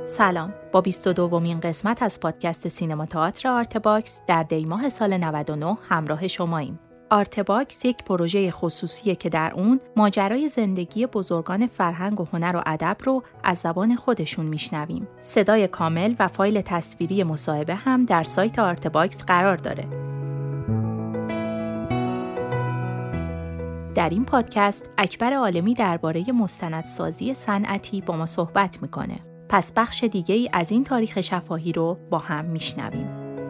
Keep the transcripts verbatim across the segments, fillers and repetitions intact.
سلام، با بیست و دومین قسمت از پادکست سینما تئاتر آرتباکس در دی ماه سال نود و نه همراه شماییم. آرتباکس یک پروژه خصوصیه که در اون ماجرای زندگی بزرگان فرهنگ و هنر و ادب رو از زبان خودشون میشنویم. صدای کامل و فایل تصویری مصاحبه هم در سایت آرتباکس قرار داره. در این پادکست اکبر عالمی درباره مستندسازی صنعتی با ما صحبت میکنه. پس بخش دیگه ای از این تاریخ شفاهی رو با هم میشنویم.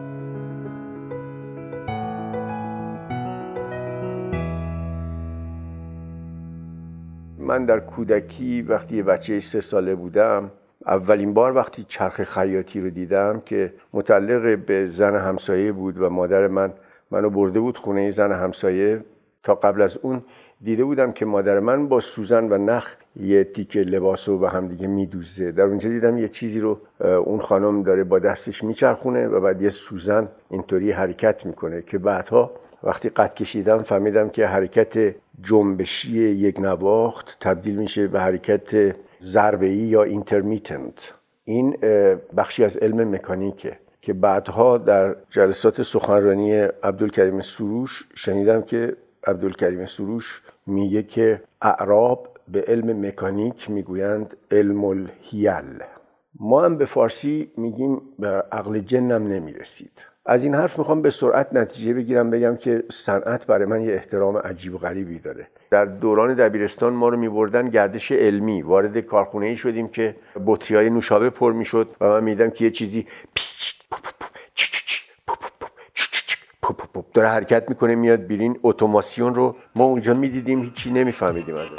من در کودکی وقتی یه بچه سه ساله بودم، اولین بار وقتی چرخ خیاطی رو دیدم که متعلق به زن همسایه بود و مادر من منو برده بود خونه زن همسایه. تا قبل از اون دیده بودم که مادر من با سوزن و نخ یه تیکه لباس رو به هم دیگه میدوزه. در اونجا دیدم یه چیزی رو اون خانم داره با دستش میچرخونه و بعد یه سوزن اینطوری حرکت میکنه که بعدها وقتی قد کشیدم فهمیدم که حرکت جنبشی یک نواخت تبدیل میشه به حرکت ضربه‌ای یا اینترمیتنت. این بخشی از علم مکانیکه که بعدها در جلسات سخنرانی عبدالکریم سروش شنیدم که عبدالکریم سروش میگه که اعراب به علم مکانیک میگویند علم الحیل. ما هم به فارسی میگیم به عقل جنم نمیرسید. از این حرف میخوام به سرعت نتیجه بگیرم بگم که صنعت برای من یه احترام عجیب و غریبی داره. در دوران دبیرستان ما رو میبردن گردش علمی، وارد کارخونه‌ای شدیم که بطری‌های نوشابه پر میشد و من میدیدم که یه چیزی داره حرکت میکنه میاد بیرون. اتوماسیون رو ما اونجا میدیدیم، هیچی نمیفهمیدیم ازش.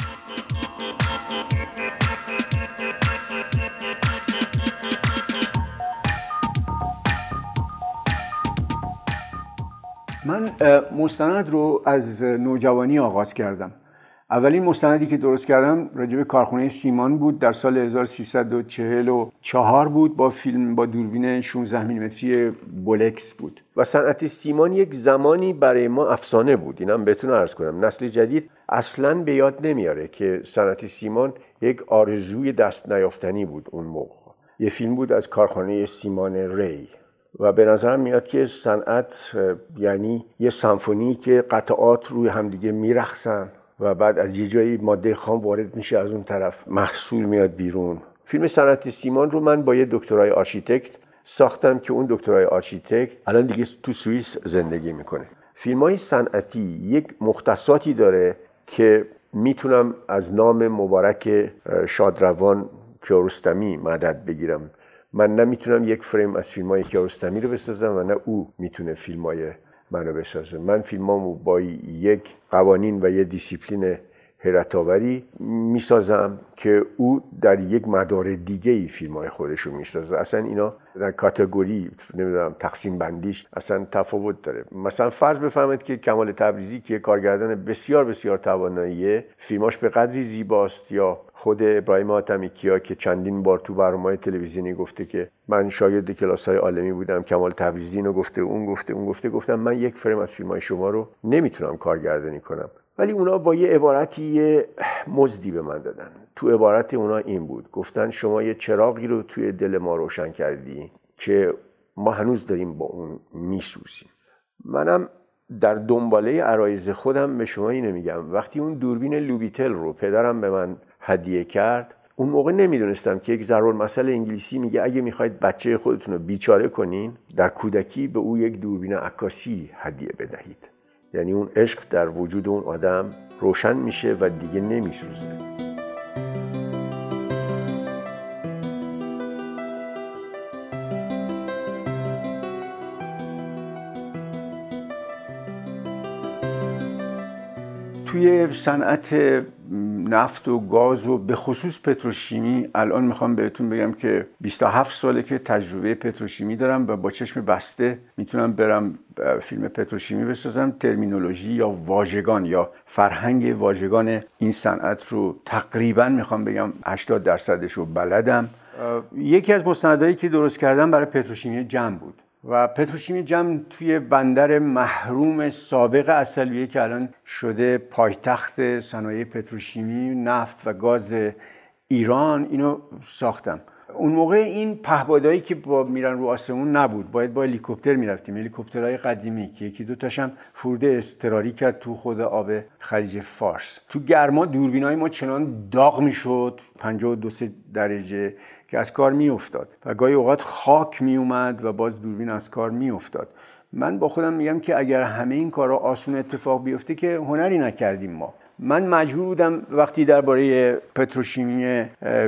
من مستند رو از نوجوانی آغاز کردم. اولین مستندی که درست کردم راجع به کارخانه سیمان بود، در سال هزار و سیصد و چهل و چهار بود، با فیلم با دوربین شانزده میلیمتری بولکس بود. و صنعت سیمان یک زمانی برای ما افسانه بود. اینم بهتون عرض کنم نسل جدید اصلاً به یاد نمیاره که صنعت سیمان یک آرزوی دست نیافتنی بود اون موقع. یه فیلم بود از کارخانه سیمان ری و به نظرم میاد که صنعت یعنی یه سمفونی که قطعات روی همدیگه میرقصن و بعد از یه جایی ماده خام وارد میشه، از اون طرف محصول میاد بیرون. فیلم صنعت سیمان رو من با یه دکترای آرشیتکت ساختم که اون دکترای آرشیتکت الان دیگه تو سوئیس زندگی میکنه. فیلم‌های صنعتی یک مختصاتی داره که میتونم از نام مبارک شادروان کیارستمی مدد بگیرم. من نمیتونم یک فریم از فیلم‌های کیارستمی رو بسازم و نه او میتونه فیلم‌های منو بسازه. من فیلمامو با یک قوانین و یک دیسیپلین حیرت‌آوری میسازم که او در یک مدار دیگه‌ای فیلم‌های خودشو میسازه. اصلا اینا در کاتگوری نمیدونم تقسیم بندیش اصلا تفاوت داره. مثلا فرض بفرمایید که کمال تبریزی که کارگردان بسیار بسیار تواناییه، فیلماش به قدری زیباست، یا خود ابراهیم حاتمی کیا که چندین بار تو برنامه‌های تلویزیونی گفته که من شاگرد کلاس‌های عالمی بودم، کمال تبریزی اینو گفته، اون گفته، اون گفته، گفتم من یک فریم از فیلم‌های شما رو نمیتونم کارگردانی کنم. ولی اونا با یه عبارتی یه مزدی به من دادن. تو عبارت اونا این بود، گفتن شما یه چراغی رو توی دل ما روشن کردی که ما هنوز داریم با اون میسوزیم. منم در دنباله عرایض خودم به شما اینو میگم، وقتی اون دوربین لوبیتل رو پدرم به من هدیه کرد، اون موقع نمیدونستم که یک ضرب‌المثل انگلیسی میگه اگه میخواید بچه خودتون رو بیچاره کنین، در کودکی به او یک دوربین عکاسی هدیه بدهید. یعنی اون عشق در وجود اون آدم روشن میشه و دیگه نمیسوزه. توی صنعت نفت و گاز و به خصوص پتروشیمی الان میخوام بهتون بگم که بیست و هفت ساله که تجربه پتروشیمی دارم و با چشم بسته میتونم برم فیلم پتروشیمی بسازم. ترمینولوژی یا واژگان یا فرهنگ واژگان این صنعت رو تقریبا میخوام بگم هشتاد درصدش رو بلدم. یکی از مستندایی که درست کردم برای پتروشیمی جمع بود و پتروشیمی جمع توی بندر محروم سابق عسلویه که الان شده پایتخت صنایع پتروشیمی، نفت و گاز ایران اینو ساختم. اون موقع این پهپادایی که با میرن رو آسمون نبود، باید با هلیکوپتر میرفتیم، هلیکوپترهای قدیمی که یکی دو تاشم فرود اضطراری کرد تو خود آب خلیج فارس. تو گرما دوربینای ما چنان داغ میشد پنجاه و دو درجه که از کار میافتاد و گاهی اوقات خاک میومد و باز دوربین از کار میافتاد. من با خودم میگم که اگر همه این کارا آسون اتفاق بیفته که هنری نکردیم ما. من مجبور بودم وقتی درباره پتروشیمی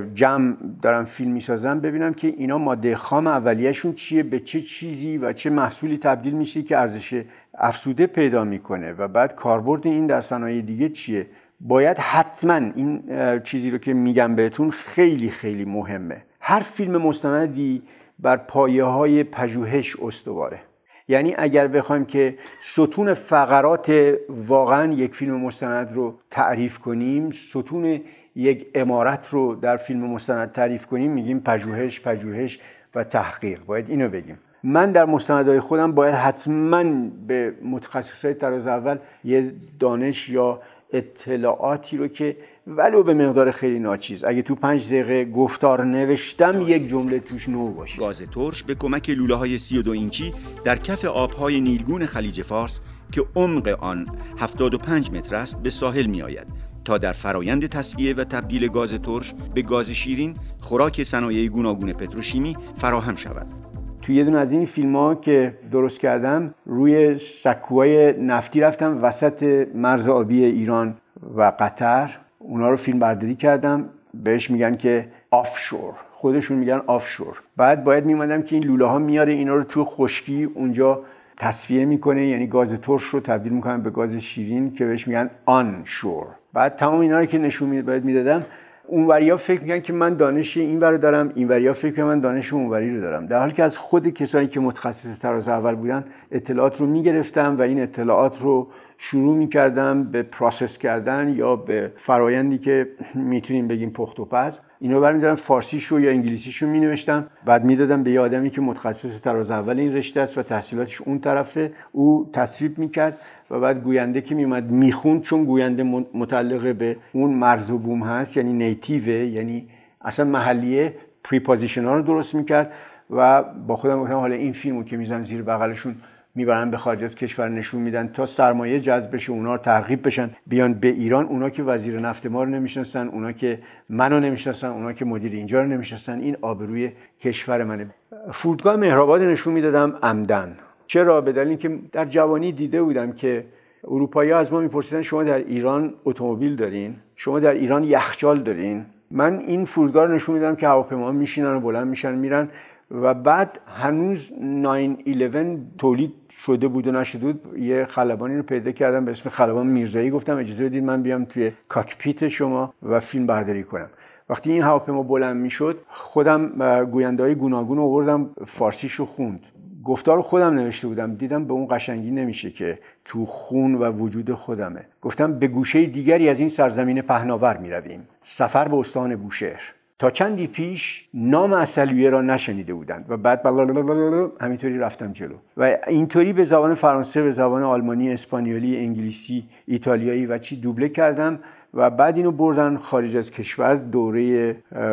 جم دارم فیلم میسازم ببینم که اینا ماده خام اولیه‌شون چیه، به چه چیزی و چه محصولی تبدیل میشه که ارزش افزوده پیدا میکنه و بعد کاربرد این در صنایع دیگه چیه. باید حتما این چیزی رو که میگم بهتون خیلی خیلی مهمه. هر فیلم مستندی بر پایه‌های پژوهش استواره. یعنی اگر بخوایم که ستون فقرات واقعا یک فیلم مستند رو تعریف کنیم، ستون یک عمارت رو در فیلم مستند تعریف کنیم، میگیم پژوهش، پژوهش و تحقیق. باید اینو بگیم. من در مستندهای خودم باید حتما به متخصصای طراز اول یه دانش یا اطلاعاتی رو که ولو به مقدار خیلی ناچیز اگه تو پنج دقیقه گفتار نوشتم یک جمله توش نو باشه. گاز ترش به کمک لوله‌های سی و دو اینچی در کف آب‌های نیلگون خلیج فارس که عمق آن هفتاد و پنج متر است به ساحل می‌آید تا در فرایند تصفیه و تبدیل گاز ترش به گاز شیرین خوراک صنایع گوناگون پتروشیمی فراهم شود. توی یه دونه از این فیلم‌ها که درست کردم روی سکوهای نفتی رفتم وسط مرز آبی ایران و قطر، اونا رو فیلم برداری کردم. بهش میگن که آفشور، خودشون میگن آفشور. بعد باید میموندم که این لوله ها میاره اینا رو تو خشکی اونجا تصفیه میکنه، یعنی گاز ترش رو تبدیل میکنن به گاز شیرین که بهش میگن آن شور. بعد تمام اینا رو که نشون میدادم اونوریا فکر میگن که من دانش این ور رو دارم، اینوریا فکر میگن من دانش اونوری رو دارم، در حالی که از خود کسایی که متخصص طراز اول بودن اطلاعات رو میگرفتم و این اطلاعات رو شروع میکردم به پروسس کردن یا به فرایندی که میتونیم بگیم پخت و پز. اینو برمی‌دارم فارسیشو یا انگلیسیشو مینوشتم، بعد میدادم به یه آدمی که متخصص طراز اول این رشته است و تحصیلاتش اون طرفه، او تصویب میکرد و بعد گوینده که میومد میخوند، چون گوینده متعلق به اون مرز و بوم هست یعنی نیتیوه، یعنی اصلا محلیه، پریپوزیشن ها رو درست میکرد و با خودم گفتم حالا این فیلمو که میذارن زیر بغلشون میبرن به خارج از کشور نشون میدن تا سرمایه جذب بشه، اونا رو ترغیب بشن بیان به ایران، اونا که وزیر نفت ما رو نمیشناسن، اونا که منو نمیشناسن، اونا که مدیر اینجا رو نمیشناسن، این آبروی کشور منه. فرودگاه مهرآباد نشون میدادم عمدن. چرا؟ به دلیل اینکه در جوانی دیده بودم که اروپایی‌ها از ما میپرسیدن شما در ایران اتومبیل دارین؟ شما در ایران یخچال دارین؟ من این فرودگاه رو نشون میدادم که هواپیما میشینن و بلند میشن میرن و بعد هنوز نه یازده تولید شده بود و نشده بود. یه خلبانی رو پیدا کردم به اسم خلبان میرزایی، گفتم اجازه بدید من بیام توی کاکپیت شما و فیلم برداری کنم. وقتی این هواپیما بلند میشد خودم گوینده‌های گوناگون آوردم، فارسیشو خوند، گفتار رو خودم نوشته بودم، دیدم به اون قشنگی نمیشه که تو خون و وجود خودمه. گفتم به گوشه دیگری از این سرزمین پهناور میرویم، سفر به استان بوشهر. تا چندی پیش نام عسلویه را نشنیده بودند و بعد همینطوری رفتم جلو و اینطوری به زبان فرانسه، به زبان آلمانی، اسپانیولی، انگلیسی، ایتالیایی و چی دوبله کردم و بعد اینو بردن خارج از کشور. دوره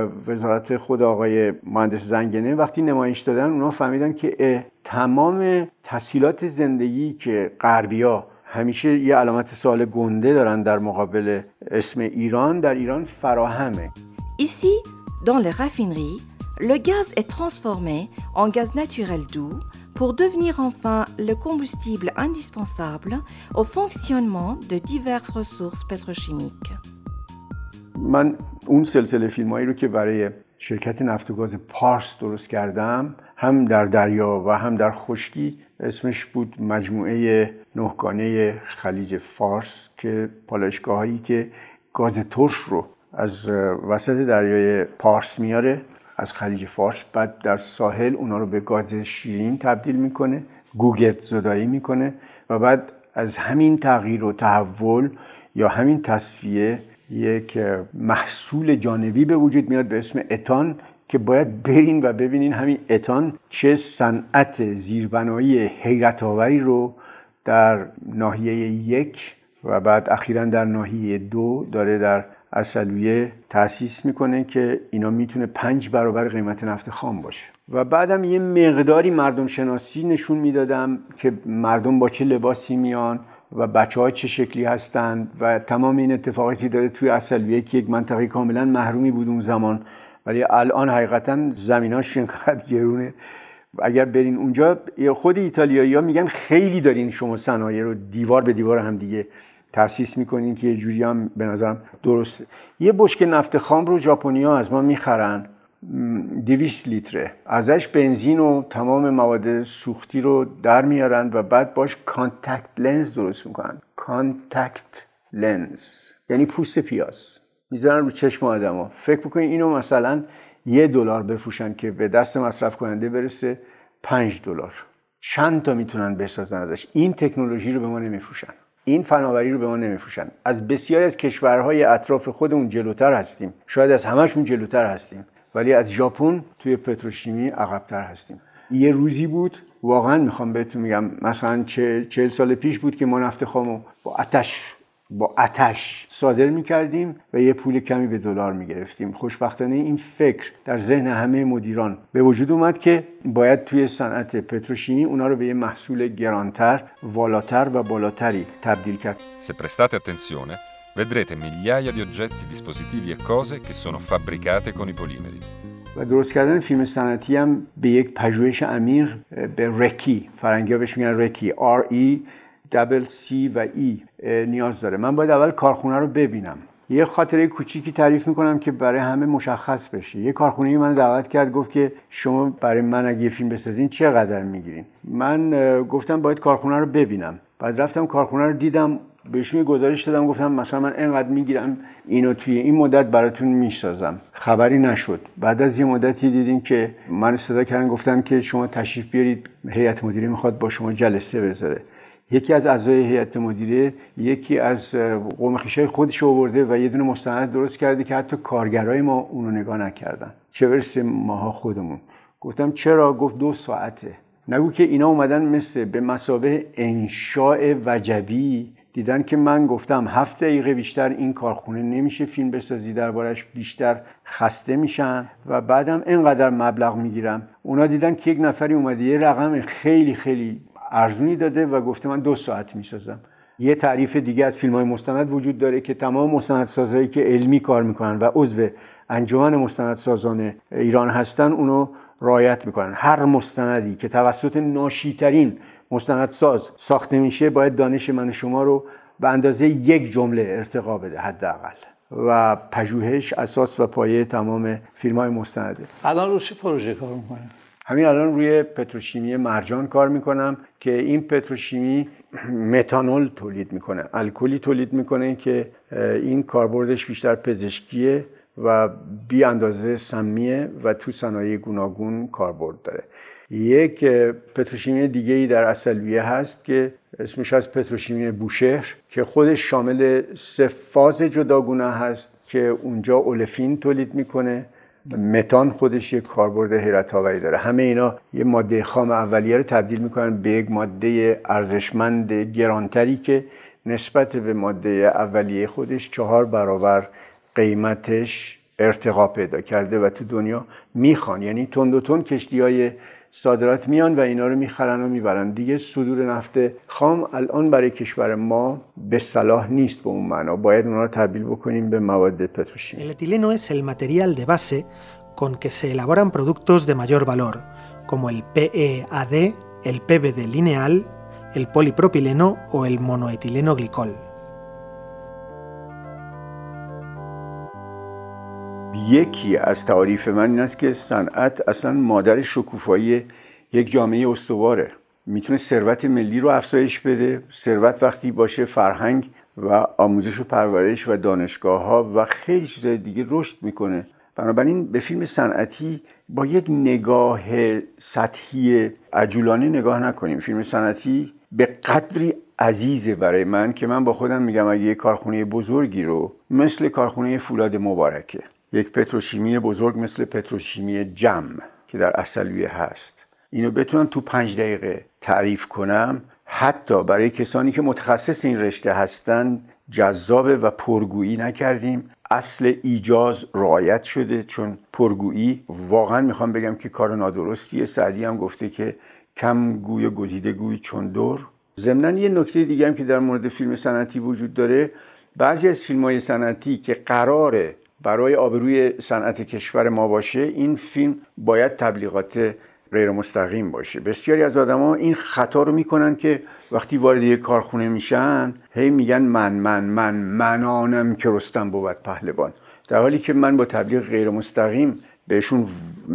وزارت خود آقای مهندس زنگنه وقتی نمایش دادن اونا فهمیدن که تمام تسهیلات زندگی که غربی‌ها همیشه یه علامت سوال گنده دارن در مقابل اسم ایران، در ایران فراهمه. Ici, dans les raffineries, le gaz est transformé en gaz naturel doux pour devenir enfin le combustible indispensable au fonctionnement de diverses ressources pétrochimiques. من اون سلسله فیلمایی رو که برای شرکت نفت و گاز پارس درست کردم، هم در دریا و هم در خشکی، اسمش بود مجموعه نهگانه خلیج فارس، که پالایشگاهایی که گاز ترش رو از وسط دریای پارس میاره، از خلیج فارس، بعد در ساحل اونا رو به گاز شیرین تبدیل میکنه، گوگرد زدایی میکنه و بعد از همین تغییر و تحول یا همین تصفیه یک محصول جانبی به وجود میاد به اسم اتان که باید برین و ببینین همین اتان چه صنعت زیربنایی حیرت آوری رو در ناحیه یک و بعد اخیراً در ناحیه دو داره در عسلویه تأسیس میکنه که اینا میتونه پنج برابر قیمت نفت خام باشه. و بعدم یه مقداری مردم شناسی نشون میدادم که مردم با چه لباسی میان و بچه ها چه شکلی هستند و تمام این اتفاقاتی داره توی عسلویه که یک منطقه کاملا محرومی بود اون زمان، ولی الان حقیقتا زمیناش اینقدر گرونه. اگر برین اونجا خود ایتالیایی‌ها میگن خیلی دارین شما صنایع رو دیوار به دیوار هم دیگه تأسیس میکنین که یه جوری هم به نظرم درسته. یه بشکه نفت خام رو ژاپنی‌ها از ما میخرن دویست لیتره، ازش بنزین و تمام مواد سوختی رو در میارن و بعد باش کانتکت لنز درست میکنن. کانتکت لنز یعنی پوست پیاز میذارن رو چشم آدما. فکر بکنین اینو مثلا یه دلار بفروشن که به دست مصرف کننده برسه پنج دلار. چند تا میتونن بسازن ازش؟ این تکنولوژی رو به ما نمیفروشن، این فناوری رو به ما نمیفروشن. از بسیاری از کشورهای اطراف خودمون جلوتر هستیم، شاید از همشون جلوتر هستیم، ولی از ژاپن توی پتروشیمی عقب‌تر هستیم. یه روزی بود واقعا میخوام بهتون میگم، مثلا چهل سال پیش بود که ما نفت خامو با آتش با آتش صادر میکردیم و یه پول کمی به دلار میگرفتیم. خوشبختانه این فکر در ذهن همه مدیران به وجود اومد که باید توی صنعت پتروشیمی اونا رو به یه محصول گرانتر، والاتر و بالاتری تبدیل کرد. Se prestate attenzione, vedrete migliaia di oggetti, dispositivi e cose che sono fabbricate con i polimeri. و درست کردن فیلم صنعتی هم به یک پژوهش عمیق به رکی، فرنگی‌ها بهش میگن رکی، R E دبل سی و ای نیاز داره. من باید اول کارخونه رو ببینم. یه خاطره کوچیکی تعریف میکنم که برای همه مشخص بشه. یه کارخونه من دعوت کرد، گفت که شما برای من اگه یه فیلم بسازین چقدر میگیرین؟ من گفتم باید کارخونه رو ببینم. بعد رفتم کارخونه رو دیدم، بهشون گزارش دادم، گفتم مثلا من اینقدر میگیرم، اینو توی این مدت براتون میسازم. خبری نشد. بعد از یه مدتی دیدیم که من صدا کردن، گفتن که شما تشریف بیارید، هیئت مدیره میخواد با شما جلسه بذاره. یکی از اعضای هیئت مدیره یکی از قوم خویشای خودش آورده و یه دونه مستند درست کرده که حتی کارگرای ما اونو نگاه نکردن، چه برسه ماها خودمون. گفتم چرا؟ گفت دو ساعته. نگو که اینا اومدن مثل به مثابه انشاء وجبی دیدن که من گفتم هفت دقیقه بیشتر این کارخونه نمیشه فیلم بسازی، دربارش بیشتر خسته میشن و بعدم اینقدر مبلغ میگیرم. اونا دیدن که یک نفری اومده یه رقم خیلی خیلی ارزونی داده و گفته من دو ساعت میسازم. یه تعریف دیگه از فیلم‌های مستند وجود داره که تمام مستندسازایی که علمی کار میکنن و عضو انجمن مستندسازان ایران هستن اونو رعایت میکنن. هر مستندی که توسط ناشی‌ترین مستندساز ساخته میشه باید دانش من و شما رو به اندازه یک جمله ارتقا بده حداقل، و پژوهش اساس و پایه تمام فیلم‌های مستنده. الان رو چه پروژه کار میکنه؟ همین الان روی پتروشیمی مرجان کار میکنم که این پتروشیمی متانول تولید میکنه، الکلی تولید میکنه که این کاربردش بیشتر پزشکیه و بی اندازه سمیه و تو صنایع گوناگون کاربرد داره. یک پتروشیمی دیگه ای در عسلویه هست که اسمش از پتروشیمی بوشهر که خودش شامل سه فاز جداگونه هست که اونجا اولفین تولید میکنه. متان خودش یک کاربرد حیرت آوری داره. همه اینا یه ماده خام اولیه رو تبدیل میکنن به یک ماده ارزشمند گرانتری که نسبت به ماده اولیه خودش چهار برابر قیمتش ارتقا پیدا کرده و تو دنیا میخوان، یعنی تند و تند کشتی‌های صادرات میان و اینا رو میخرن و میبرن. دیگه صدور نفت خام الان برای کشور ما به صلاح نیست به اون معنا، باید اونا رو تبدیل بکنیم به مواد پتروشیمی. El etileno es el material de base con que se elaboran productos de mayor valor, como el P E A D, el P V D lineal, el polipropileno o el monoetileno glicol. یکی از تعاریف من این است که صنعت اصلا مادر شکوفایی یک جامعه استواره. میتونه ثروت ملی رو افزایش بده. ثروت وقتی باشه فرهنگ و آموزش و پرورش و دانشگاه‌ها و خیلی چیزای دیگه رشد میکنه. بنابراین به فیلم صنعتی با یک نگاه سطحی عجولانه نگاه نکنیم. فیلم صنعتی به قدری عزیزه برای من که من با خودم میگم اگه یک کارخونه بزرگی رو مثل کارخونه فولاد مبارکه، یک پتروشیمی بزرگ مثل پتروشیمی جم که در عسلویه هست، اینو بتونم تو پنج دقیقه تعریف کنم، حتی برای کسانی که متخصص این رشته هستن جذابه و پرگویی نکردیم اصل ایجاز رعایت شده، چون پرگویی واقعا میخوام بگم که کار نادرستیه. سعدی هم گفته که کم گوی گزیده گوی چون دور. ضمناً یه نکته دیگه هم که در مورد فیلم صنعتی وجود داره، بعضی از فیلم‌های صنعتی که قراره برای آبروی صنعت کشور ما باشه، این فیلم باید تبلیغات غیر مستقیم باشه. بسیاری از آدما این خطا رو میکنن که وقتی وارد یک کارخونه میشن هی میگن من من من منانم که رستم بود پهلوان، در حالی که من با تبلیغ غیر مستقیم بهشون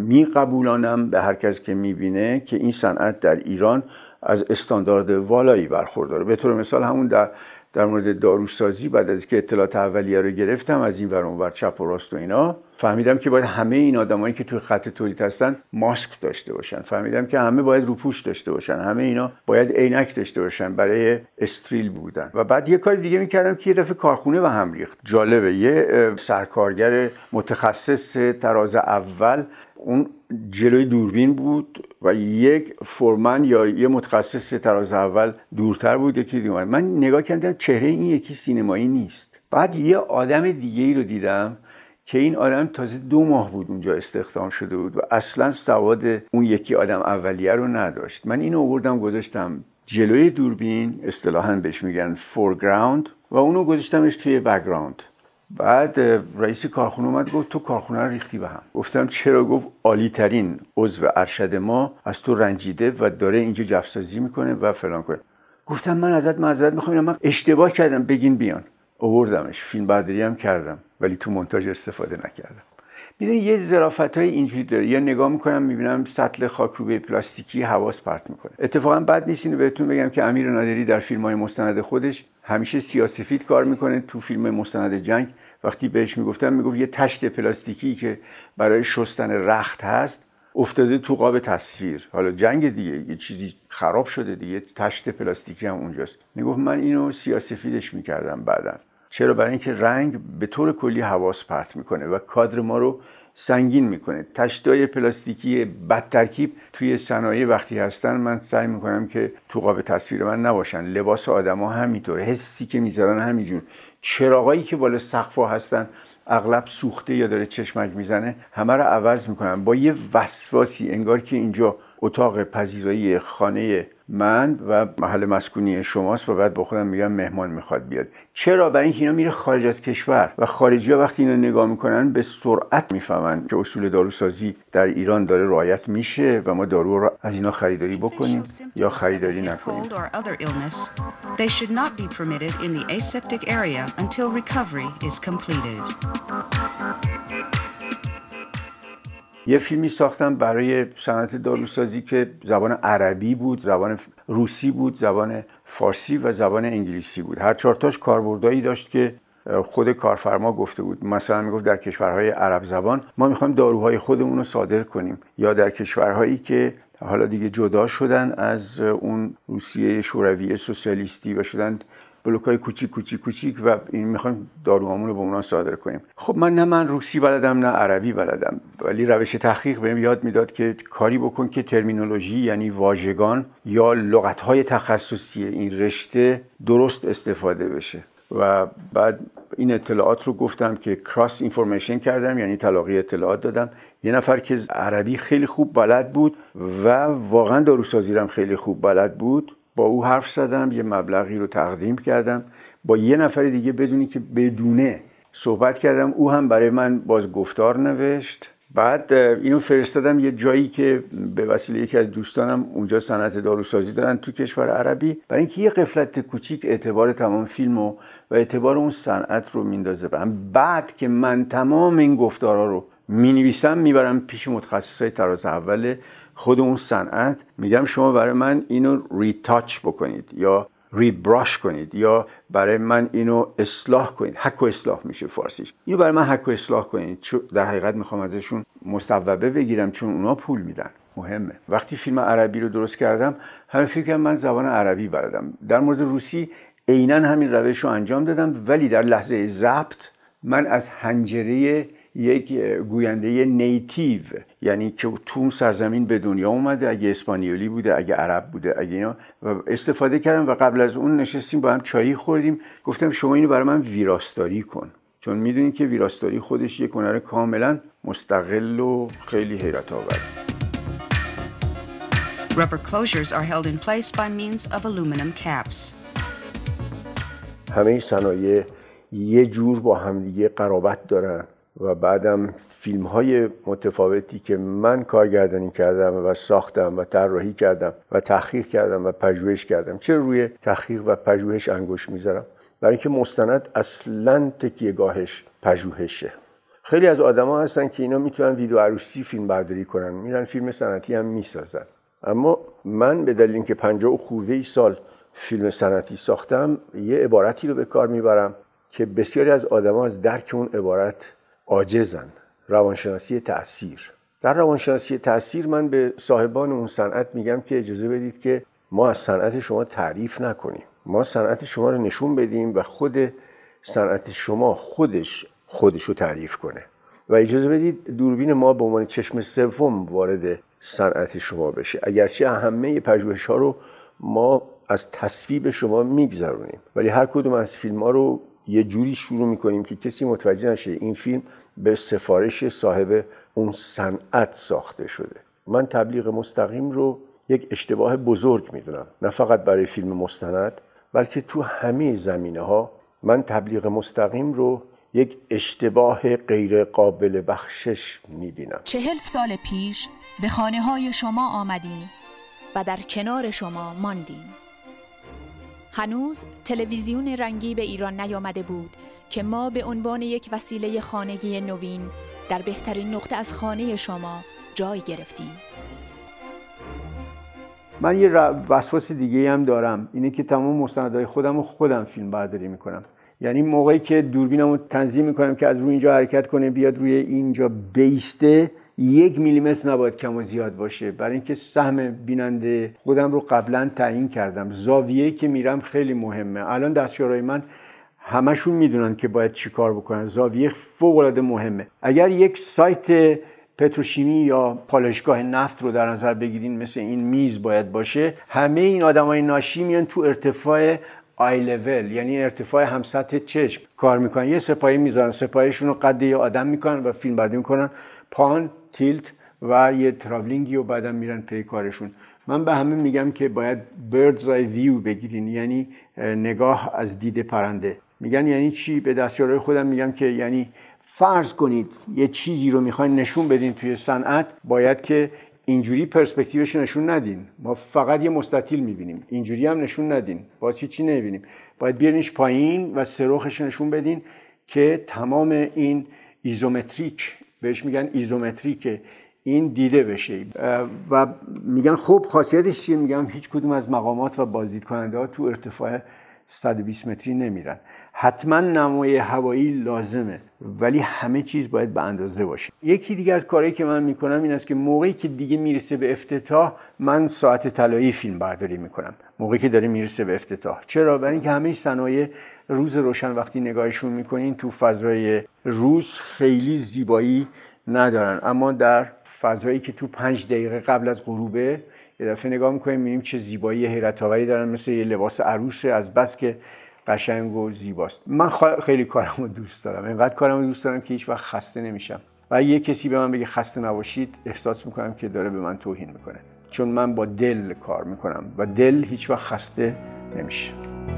میقبولانم به هر کس که میبینه که این صنعت در ایران از استاندارد والایی برخورداره. به طور مثال همون در در مورد داروسازی، بعد از که اطلاعات اولیه رو گرفتم از این ور اون ور چپ و راست و اینا، فهمیدم که باید همه این آدمایی که توی خط تولید هستن ماسک داشته باشن. فهمیدم که همه باید روپوش داشته باشن، همه اینا باید عینک داشته باشن برای استریل بودن. و بعد یه کار دیگه میکردم که یه دفعه کارخونه به هم ریخت. جالبه، یه سرکارگر متخصص تراز اول اون جلوی دوربین بود و یک فورمن یا یه متخصص تراز اول دورتر بود یکی دیگه. من نگاه کردم چهره این یکی سینمایی نیست. بعد یه آدم دیگه ای رو دیدم که این آدم تازه دو ماه بود اونجا استخدام شده بود و اصلا سواد اون یکی آدم اولیه رو نداشت. من اینو آوردم گذاشتم جلوی دوربین، اصطلاحاً بهش میگن فورگراوند، و اونو گذاشتمش توی بک‌گراند. بعد رئیس کارخونه اومد گفت تو کارخونه رو ریختی به هم. گفتم چرا؟ گفت عالی ترین عضو ارشد ما از تو رنجیده و داره اینجا جفسازی میکنه و فلان کنه. گفتم من ازت معذرت میخوام، من اشتباه کردم، بگین بیان. آوردمش، فیلم برداری هم کردم ولی تو مونتاژ استفاده نکردم. میدونی یه ظرافتای اینجوری داره. یا نگاه میکنم میبینم سطل خاکروبه پلاستیکی حواس پرت میکنه. اتفاقا بد نیست اینو بهتون بگم که امیر نادری در فیلم‌های مستند خودش همیشه سیاه‌سفید کار میکنه. تو فیلم مستند جنگ وقتی بهش میگفتم میگفت یه تشت پلاستیکی که برای شستن رخت هست افتاده تو قاب تصویر. حالا جنگ دیگه، یه چیزی خراب شده دیگه، تشت پلاستیکی هم اونجاست. میگفت من اینو سیاه‌سفیدش میکردم بعداً. چرا؟ برای اینکه رنگ به طور کلی حواس پرت میکنه و کادر ما رو سنگین میکنه. تشتای پلاستیکی بد ترکیب توی صنایع وقتی هستن من سعی میکنم که تو قاب تصویر من نباشن. لباس آدما همینطوره، حسی که میذارن همینجور. چراغایی که بالا سقف‌ها هستن اغلب سوخته یا داره چشمک میزنه، همه رو عوض میکنن با یه وسواسی، انگار که اینجا اتاق پذیرایی خانه من و محل مسکونی شماست و بعد با خودم میگم مهمان میخواد بیاد. چرا؟ برای اینکه اینا میره خارج از کشور و خارجی‌ها وقتی اینو نگاه میکنن به سرعت میفهمن که اصول داروسازی در ایران داره رعایت میشه و ما دارو رو از اینا خریداری بکنیم یا خریداری نکنیم. They should not be permitted in the aseptic area until recovery is completed. یه فیلمی ساختم برای صنعت داروسازی که زبان عربی بود، زبان روسی بود، زبان فارسی و زبان انگلیسی بود. هر چهار تاش کاربردایی داشت که خود کارفرما گفته بود. مثلا میگفت در کشورهای عرب زبان ما میخوایم داروهای خودمون رو صادر کنیم، یا در کشورهایی که حالا دیگه جدا شدن از اون روسیه شوروی سوسیالیستی و شدن بلوکای کوچیک کوچیک کوچیک و این میخوایم داروهامون رو به اونا صادر کنیم. خب من نه من روسی بلدم نه عربی بلدم، ولی روش تحقیق بهم یاد میداد که کاری بکن که ترمینولوژی یعنی واژگان یا لغت‌های تخصصی این رشته درست استفاده بشه. و بعد این اطلاعات رو گفتم که کراس اینفورمیشن کردم، یعنی تلاقی اطلاعات دادم. یه نفر که عربی خیلی خوب بلد بود و واقعا داروسازی هم خیلی خوب بلد بود، با او حرف زدم، یه مبلغی رو تقدیم کردم. با یه نفر دیگه بدونی که بدونه صحبت کردم، او هم برای من باز گفتار نوشت. بعد اینو فرستادم یه جایی که به وسیله یکی از دوستانم اونجا صنعت داروسازی دارن تو کشور عربی، برای اینکه یه قفلت کوچیک اعتبار تمام فیلمو و اعتبار اون صنعت رو میندازه بهم. بعد که من تمام این گفتارا رو مینویسم میبرم پیش متخصصای تراز اول خود اون صنعت، میگم شما برای من اینو ریتاچ بکنید یا ریبراش کنید یا برای من اینو اصلاح کنید. حک و اصلاح میشه فارسیش. اینو برای من حک و اصلاح کنید، چون در حقیقت میخوام ازشون مصوبه بگیرم، چون اونا پول میدن. مهمه. وقتی فیلم عربی رو درست کردم همه فکر کردم من زبان عربی بلدم. در مورد روسی عیناً همین روش رو انجام دادم، ولی در لحظه ضبط من از حنجره یک گوینده نیتیو، یعنی که تو اون سرزمین به دنیا اومده، اگه اسپانیولی بوده، اگه عرب بوده، اگه اینا، و استفاده کردم. و قبل از اون نشستیم با هم چایی خوردیم، گفتم شما اینو برای من ویراستاری کن. چون میدونید که ویراستاری خودش یک هنر کاملا مستقل و خیلی حیرت آور. Rubber closures are held in place by means of aluminum caps. همه صنایع یه جور با همدیگه قرابت دارن و بعدم فیلم های متفاوتی که من کارگردانی کردم و ساختم و طراحی کردم و تحقیق کردم و پژوهش کردم. چرا روی تحقیق و پژوهش انگشت میذارم؟ برای اینکه مستند اصلاً تکیه‌گاهش پژوهشه. خیلی از آدما هستن که اینا میتونن ویدیو عروسی فیلم برداری کنن، میرن فیلم صنعتی هم میسازن. اما من به دلیل اینکه پنجاه و خورده ای سال فیلم صنعتی ساختم، یه عبارتی رو به کار میبرم که بسیاری از آدما از درک اون عبارت عاجزن. روانشناسی تأثیر. در روانشناسی تأثیر من به صاحبان اون صنعت میگم که اجازه بدید که ما از صنعت شما تعریف نکنیم. ما صنعت شما رو نشون بدیم و خود صنعت شما خودش خودش رو تعریف کنه. و اجازه بدید دوربین ما به عنوان چشم سوم وارد صنعت شما بشه. اگرچه همه پژوهش‌ها رو ما از تصویب شما میگذرونیم، ولی هر کدوم از فیلم‌ها رو یه جوری شروع میکنیم که کسی متوجه نشه این فیلم به سفارش صاحب اون صنعت ساخته شده. من تبلیغ مستقیم رو یک اشتباه بزرگ میدونم، نه فقط برای فیلم مستند بلکه تو همه زمینه ها. من تبلیغ مستقیم رو یک اشتباه غیر قابل بخشش میبینم. چهل سال پیش به خانه های شما آمدیم و در کنار شما ماندیم. هنوز تلویزیون رنگی به ایران نیامده بود که ما به عنوان یک وسیله خانگی نوین در بهترین نقطه از خانه شما جای گرفتیم. من یه وسواس دیگه هم دارم، اینه که تمام مستندهای خودم رو خودم فیلم برداری میکنم. یعنی موقعی که دوربینم رو تنظیم میکنم که از روی اینجا حرکت کنه بیاد روی اینجا بیسته، یک میلیمتر نباید کم و زیاد باشه، برای اینکه سهم بیننده خودم رو قبلا تعیین کردم. زاویه‌ای که میرم خیلی مهمه. الان دستیارای من همشون میدونن که باید چی کار بکنن. زاویه فوق‌العاده مهمه. اگر یک سایت پتروشیمی یا پالایشگاه نفت رو در نظر بگیرین، مثل این میز باید باشه، همه این آدمای ناشی میان تو ارتفاع آی لول، یعنی ارتفاع هم سطح چشم کار میکنن. یه سپاهی میذارن، سپاهیشون رو قد یه آدم میکنن و فیلم برداری میکنن، پان تیلت و یه تراولینگی و بعدم میرن پی کارشون. من به همه میگم که باید bird's eye view بگیرین، یعنی نگاه از دید پرنده. میگن یعنی چی؟ به دستیارای خودم میگم که یعنی فرض کنید یه چیزی رو میخواین نشون بدین توی صنعت، باید که اینجوری پرسپکتیوش نشون ندین. ما فقط یه مستطیل میبینیم، اینجوری هم نشون ندین، باز هیچی نمیبینیم. باید بیارینش پایین و سرخش نشون بدین که تمام این ایزومتریک، بهش میگن ایزومتریک، این دیده بشه. و میگن خب خاصیتش چیه؟ میگم هیچ کدوم از مقامات و بازدید کننده ها تو ارتفاع صد و بیست متری نمیرن. حتما نمای هوایی لازمه، ولی همه چیز باید به اندازه باشه. یکی دیگه از کارهایی که من میکنم این است که موقعی که دیگه میرسه به افتتاح، من ساعت طلایی فیلم برداری میکنم. موقعی که داره میرسه به افتتاح. چرا؟ برای اینکه همه صنایع روز روشن وقتی نگاهشون میکنین تو فضای روز خیلی زیبایی ندارن، اما در فضایی که تو پنج دقیقه قبل از غروبه یه دفعه نگاه میکنیم میبینیم چه زیبایی حیرت آوری دارن، مثل یه لباس عروس از بس که قشنگ و زیباست. من خیلی کارمو دوست دارم، اینقدر کارمو دوست دارم که هیچ وقت خسته نمیشم. و یه کسی به من بگه خسته نباشید، احساس میکنم که داره به من توهین میکنه، چون من با دل کار میکنم و دل هیچ وقت خسته نمیشه.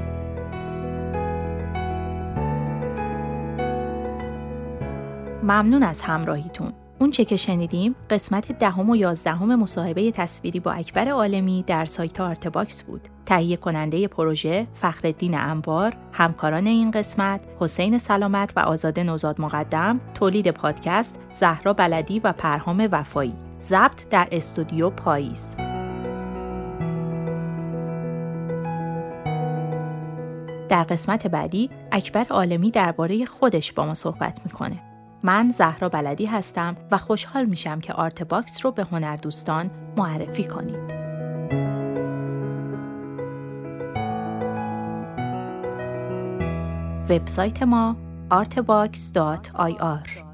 ممنون از همراهیتون. اون چه که شنیدیم قسمت دهم و یازدهم مصاحبه تصویری با اکبر عالمی در سایت آرتباکس بود. تهیه کننده پروژه فخرالدین انوار، همکاران این قسمت حسین سلامت و آزاده نوزاد مقدم، تولید پادکست زهرا بلدی و پرهام وفایی، ضبط در استودیو پاییز. در قسمت بعدی اکبر عالمی درباره خودش با ما صحبت میکنه. من زهرا بلدی هستم و خوشحال میشم که آرتباکس رو به هنردوستان معرفی کنید. وبسایت ما آرتباکس دات آی آر